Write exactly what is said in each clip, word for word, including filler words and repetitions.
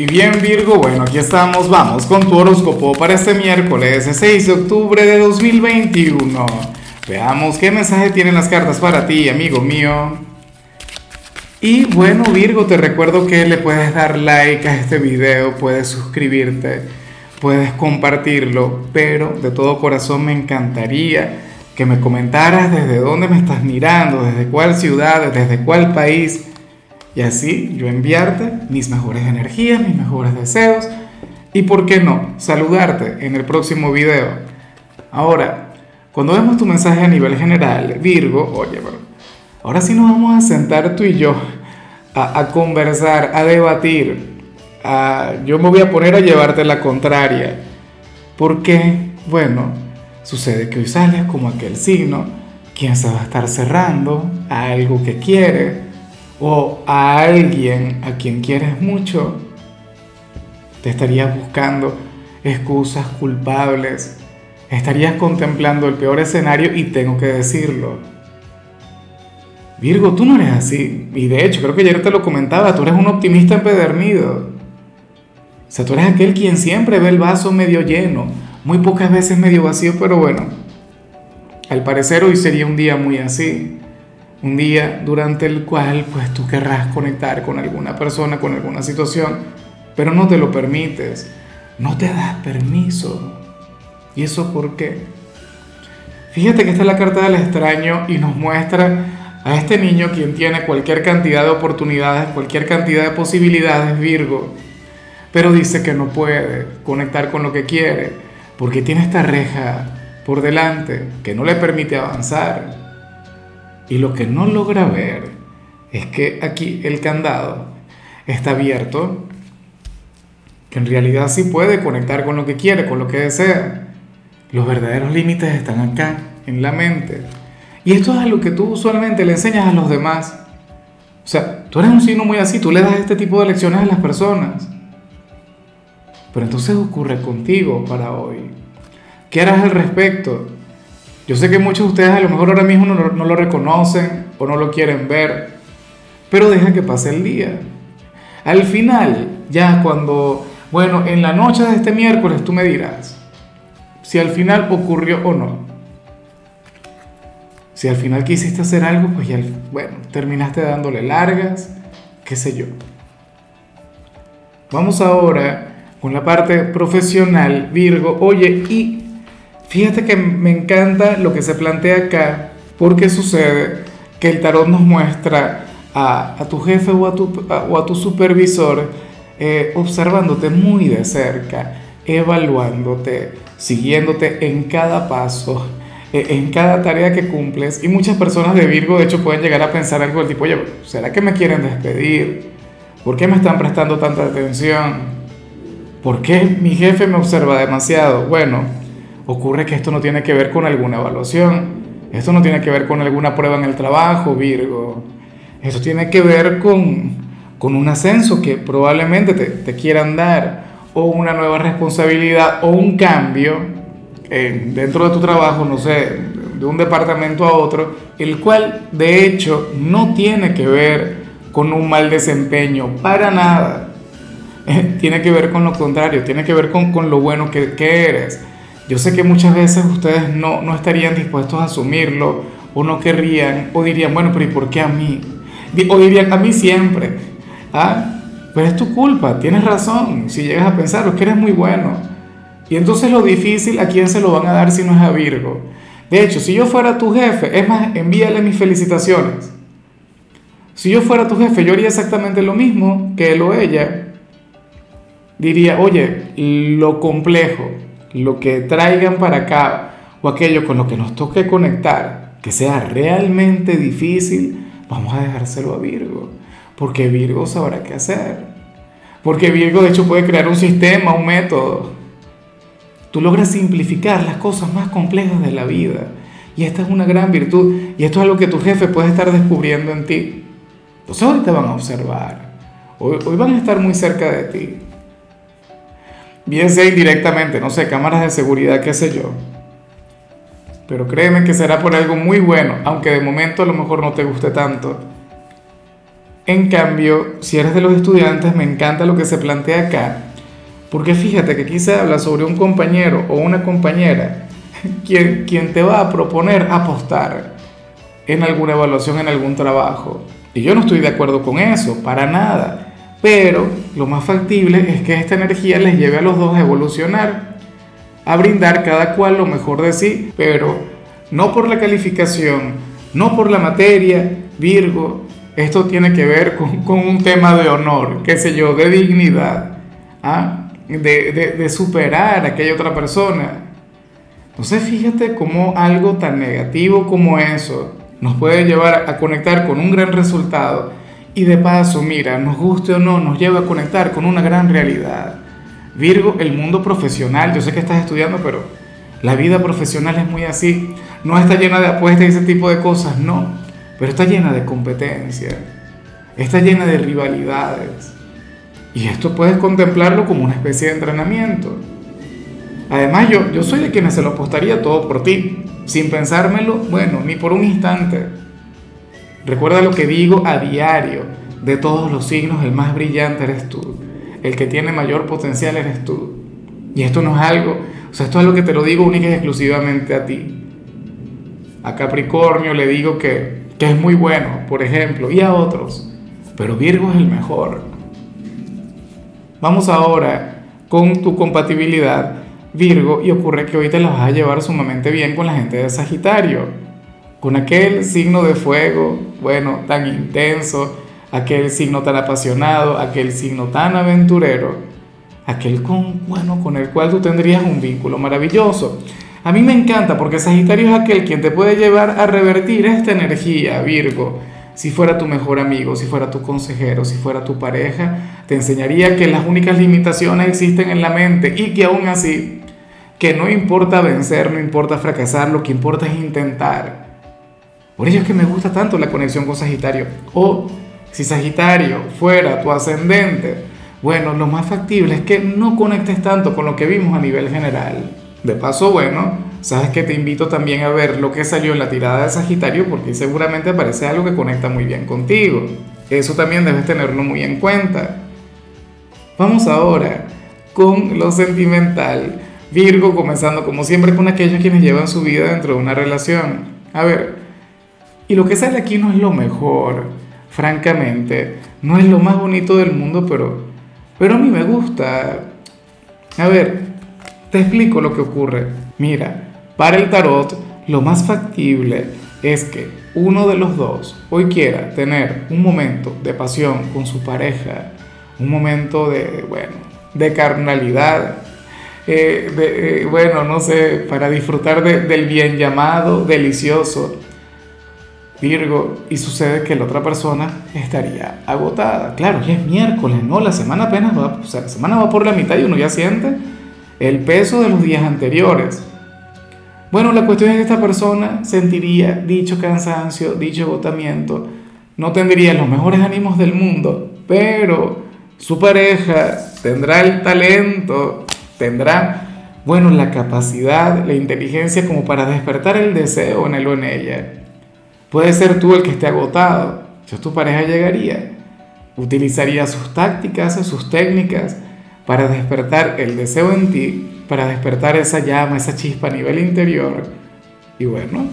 Y bien Virgo, bueno, aquí estamos, vamos con tu horóscopo para este miércoles seis de octubre de dos mil veintiuno. Veamos qué mensaje tienen las cartas para ti, amigo mío. Y bueno Virgo, te recuerdo que le puedes dar like a este video, puedes suscribirte, puedes compartirlo, pero de todo corazón me encantaría que me comentaras desde dónde me estás mirando, desde cuál ciudad, desde cuál país. Y así yo enviarte mis mejores energías, mis mejores deseos y, ¿por qué no?, saludarte en el próximo video. Ahora, cuando vemos tu mensaje a nivel general, Virgo, oye, pero ahora sí nos vamos a sentar tú y yo a, a conversar, a debatir. A, yo me voy a poner a llevarte la contraria. Porque, bueno, sucede que hoy sales como aquel signo, quien se va a estar cerrando a algo que quiere, o a alguien a quien quieres mucho. Te estarías buscando excusas culpables, estarías contemplando el peor escenario y tengo que decirlo, Virgo, tú no eres así. Y de hecho, creo que ayer te lo comentaba, tú eres un optimista empedernido. O sea, tú eres aquel quien siempre ve el vaso medio lleno, muy pocas veces medio vacío, pero bueno, al parecer hoy sería un día muy así. Un día durante el cual pues tú querrás conectar con alguna persona, con alguna situación, pero no te lo permites, no te das permiso. ¿Y eso por qué? Fíjate que esta es la carta del extraño y nos muestra a este niño quien tiene cualquier cantidad de oportunidades, cualquier cantidad de posibilidades, Virgo, pero dice que no puede conectar con lo que quiere porque tiene esta reja por delante que no le permite avanzar. Y lo que no logra ver es que aquí el candado está abierto, que en realidad sí puede conectar con lo que quiere, con lo que desea. Los verdaderos límites están acá, en la mente. Y esto es algo que tú usualmente le enseñas a los demás. O sea, tú eres un signo muy así, tú le das este tipo de lecciones a las personas. Pero entonces ocurre contigo para hoy. ¿Qué harás al respecto? Yo sé que muchos de ustedes a lo mejor ahora mismo no, no lo reconocen o no lo quieren ver, pero deja que pase el día. Al final, ya cuando, bueno, en la noche de este miércoles tú me dirás si al final ocurrió o no. Si al final quisiste hacer algo, pues ya, bueno, terminaste dándole largas, qué sé yo. Vamos ahora con la parte profesional, Virgo. Oye, y fíjate que me encanta lo que se plantea acá, porque sucede que el tarot nos muestra a, a tu jefe o a tu, a, o a tu supervisor eh, observándote muy de cerca, evaluándote, siguiéndote en cada paso, eh, en cada tarea que cumples. Y muchas personas de Virgo, de hecho, pueden llegar a pensar algo del tipo, oye, ¿será que me quieren despedir? ¿Por qué me están prestando tanta atención? ¿Por qué mi jefe me observa demasiado? Bueno, ocurre que esto no tiene que ver con alguna evaluación, esto no tiene que ver con alguna prueba en el trabajo, Virgo. Esto tiene que ver con, con un ascenso que probablemente te, te quieran dar, o una nueva responsabilidad, o un cambio eh, dentro de tu trabajo, no sé, de un departamento a otro, el cual de hecho no tiene que ver con un mal desempeño, para nada. Eh, tiene que ver con lo contrario, tiene que ver con, con lo bueno que, que eres. Yo sé que muchas veces ustedes no, no estarían dispuestos a asumirlo, o no querrían, o dirían, bueno, pero ¿y por qué a mí? O dirían, a mí siempre. ¿Ah? Pero es tu culpa, tienes razón, si llegas a pensarlo, es que eres muy bueno. Y entonces lo difícil, ¿a quién se lo van a dar si no es a Virgo? De hecho, si yo fuera tu jefe, es más, envíale mis felicitaciones. Si yo fuera tu jefe, yo haría exactamente lo mismo que él o ella. Diría, oye, lo complejo, lo que traigan para acá, o aquello con lo que nos toque conectar, que sea realmente difícil, vamos a dejárselo a Virgo, porque Virgo sabrá qué hacer, porque Virgo de hecho puede crear un sistema, un método. Tú logras simplificar las cosas más complejas de la vida, y esta es una gran virtud, y esto es algo que tu jefe puede estar descubriendo en ti. Entonces hoy te van a observar, hoy, hoy van a estar muy cerca de ti, bien sea indirectamente, no sé, cámaras de seguridad, qué sé yo. Pero créeme que será por algo muy bueno, aunque de momento a lo mejor no te guste tanto. En cambio, si eres de los estudiantes, me encanta lo que se plantea acá, porque fíjate que aquí se habla sobre un compañero o una compañera quien, quien te va a proponer apostar en alguna evaluación, en algún trabajo. Y yo no estoy de acuerdo con eso, para nada. Pero lo más factible es que esta energía les lleve a los dos a evolucionar, a brindar cada cual lo mejor de sí, pero no por la calificación, no por la materia, Virgo. Esto tiene que ver con, con un tema de honor, qué sé yo, de dignidad, ¿ah? de, de, de superar a aquella otra persona. Entonces fíjate cómo algo tan negativo como eso nos puede llevar a conectar con un gran resultado y de paso, mira, nos guste o no, nos lleva a conectar con una gran realidad. Virgo, el mundo profesional, yo sé que estás estudiando, pero la vida profesional es muy así. No está llena de apuestas y ese tipo de cosas, no, pero está llena de competencia, está llena de rivalidades. Y esto puedes contemplarlo como una especie de entrenamiento. Además, yo, yo soy de quienes se lo apostaría todo por ti, sin pensármelo, bueno, ni por un instante. Recuerda lo que digo a diario, de todos los signos, el más brillante eres tú, el que tiene mayor potencial eres tú. Y esto no es algo, o sea, esto es algo que te lo digo única y exclusivamente a ti. A Capricornio le digo que, que es muy bueno, por ejemplo, y a otros, pero Virgo es el mejor. Vamos ahora con tu compatibilidad, Virgo, y ocurre que hoy te la vas a llevar sumamente bien con la gente de Sagitario, con aquel signo de fuego, bueno, tan intenso, aquel signo tan apasionado, aquel signo tan aventurero, aquel con, bueno, con el cual tú tendrías un vínculo maravilloso. A mí me encanta porque Sagitario es aquel quien te puede llevar a revertir esta energía, Virgo. Si fuera tu mejor amigo, si fuera tu consejero, si fuera tu pareja, te enseñaría que las únicas limitaciones existen en la mente y que aún así, que no importa vencer, no importa fracasar, lo que importa es intentar. Por ello es que me gusta tanto la conexión con Sagitario. O si Sagitario fuera tu ascendente, bueno, lo más factible es que no conectes tanto con lo que vimos a nivel general. De paso, bueno, sabes que te invito también a ver lo que salió en la tirada de Sagitario porque seguramente aparece algo que conecta muy bien contigo. Eso también debes tenerlo muy en cuenta. Vamos ahora con lo sentimental. Virgo, comenzando como siempre con aquellos quienes llevan su vida dentro de una relación. A ver, y lo que sale aquí no es lo mejor, francamente, no es lo más bonito del mundo, pero, pero a mí me gusta. A ver, te explico lo que ocurre. Mira, para el tarot, lo más factible es que uno de los dos hoy quiera tener un momento de pasión con su pareja, un momento de, bueno, de carnalidad, eh, de, eh, bueno, no sé, para disfrutar de, del bien llamado delicioso, Virgo, y sucede que la otra persona estaría agotada. Claro, ya es miércoles, ¿no? La semana apenas va, o sea, la semana va por la mitad y uno ya siente el peso de los días anteriores. Bueno, la cuestión es que esta persona sentiría dicho cansancio, dicho agotamiento, no tendría los mejores ánimos del mundo, pero su pareja tendrá el talento, tendrá, bueno, la capacidad, la inteligencia como para despertar el deseo en él o en ella. Puede ser tú el que esté agotado, entonces tu pareja llegaría, utilizaría sus tácticas, sus técnicas para despertar el deseo en ti, para despertar esa llama, esa chispa a nivel interior. Y bueno,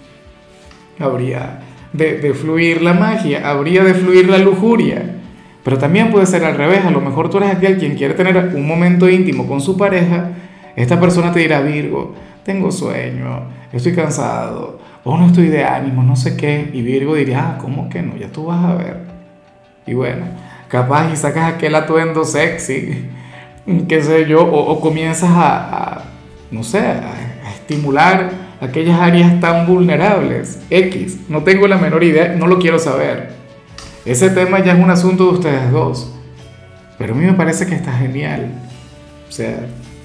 habría de, de fluir la magia, habría de fluir la lujuria. Pero también puede ser al revés, a lo mejor tú eres aquel quien quiere tener un momento íntimo con su pareja. Esta persona te dirá, Virgo, tengo sueño, estoy cansado, o no estoy de ánimo, no sé qué. Y Virgo diría, ah, ¿cómo que no? Ya tú vas a ver. Y bueno, capaz y sacas aquel atuendo sexy, qué sé yo, o, o comienzas a, a, no sé, a, a estimular aquellas áreas tan vulnerables. X, no tengo la menor idea, no lo quiero saber. Ese tema ya es un asunto de ustedes dos. Pero a mí me parece que está genial. O sea,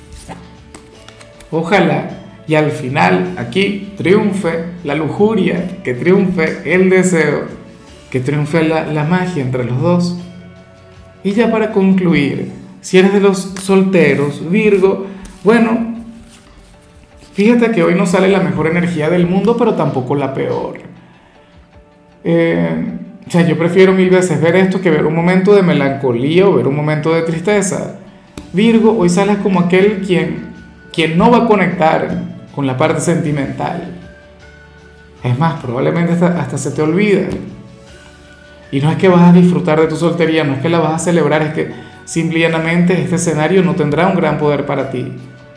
ojalá y al final aquí triunfe la lujuria, que triunfe el deseo, que triunfe la, la magia entre los dos. Y ya para concluir, si eres de los solteros, Virgo, bueno, fíjate que hoy no sale la mejor energía del mundo, pero tampoco la peor. Eh, O sea, yo prefiero mil veces ver esto que ver un momento de melancolía o ver un momento de tristeza. Virgo, hoy sales como aquel quien, quien no va a conectar con la parte sentimental. Es más, probablemente hasta, hasta se te olvida. Y no es que vas a disfrutar de tu soltería, no es que la vas a celebrar, es que simple y llanamente este escenario no tendrá un gran poder para ti.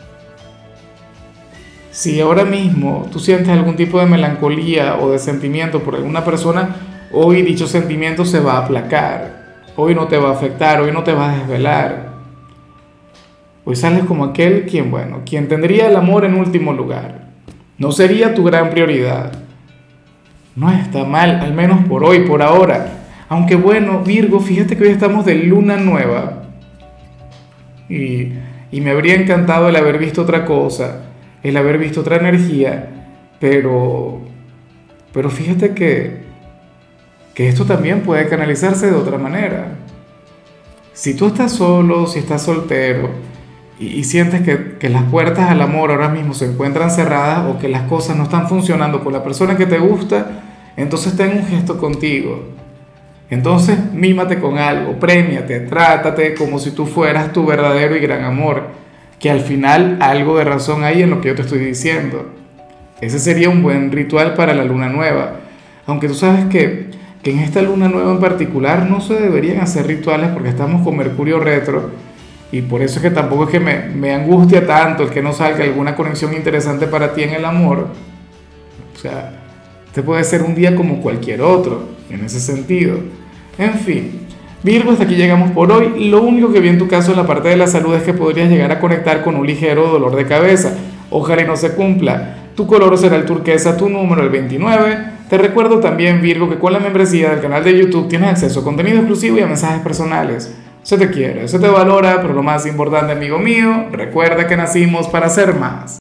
Si ahora mismo tú sientes algún tipo de melancolía o de sentimiento por alguna persona, hoy dicho sentimiento se va a aplacar. Hoy no te va a afectar, hoy no te va a desvelar. Hoy sales como aquel quien, bueno, quien tendría el amor en último lugar. No sería tu gran prioridad. No está mal, al menos por hoy, por ahora. Aunque bueno, Virgo, fíjate que hoy estamos de luna nueva. Y, y me habría encantado el haber visto otra cosa, el haber visto otra energía, pero, pero fíjate que, que esto también puede canalizarse de otra manera. Si tú estás solo, si estás soltero, y, y sientes que, que las puertas al amor ahora mismo se encuentran cerradas o que las cosas no están funcionando con la persona que te gusta, entonces ten un gesto contigo. Entonces mímate con algo, prémiate, trátate como si tú fueras tu verdadero y gran amor, que al final algo de razón hay en lo que yo te estoy diciendo. Ese sería un buen ritual para la luna nueva, aunque tú sabes que, que en esta luna nueva en particular no se deberían hacer rituales porque estamos con Mercurio retro, y por eso es que tampoco es que me, me angustia tanto el que no salga alguna conexión interesante para ti en el amor. O sea, este puede ser un día como cualquier otro, en ese sentido. En fin, Virgo, hasta aquí llegamos por hoy. Lo único que vi en tu caso en la parte de la salud es que podrías llegar a conectar con un ligero dolor de cabeza. Ojalá y no se cumpla. Tu color será el turquesa, tu número el veintinueve. Te recuerdo también, Virgo, que con la membresía del canal de YouTube tienes acceso a contenido exclusivo y a mensajes personales. Se te quiere, se te valora, pero lo más importante, amigo mío, recuerda que nacimos para ser más.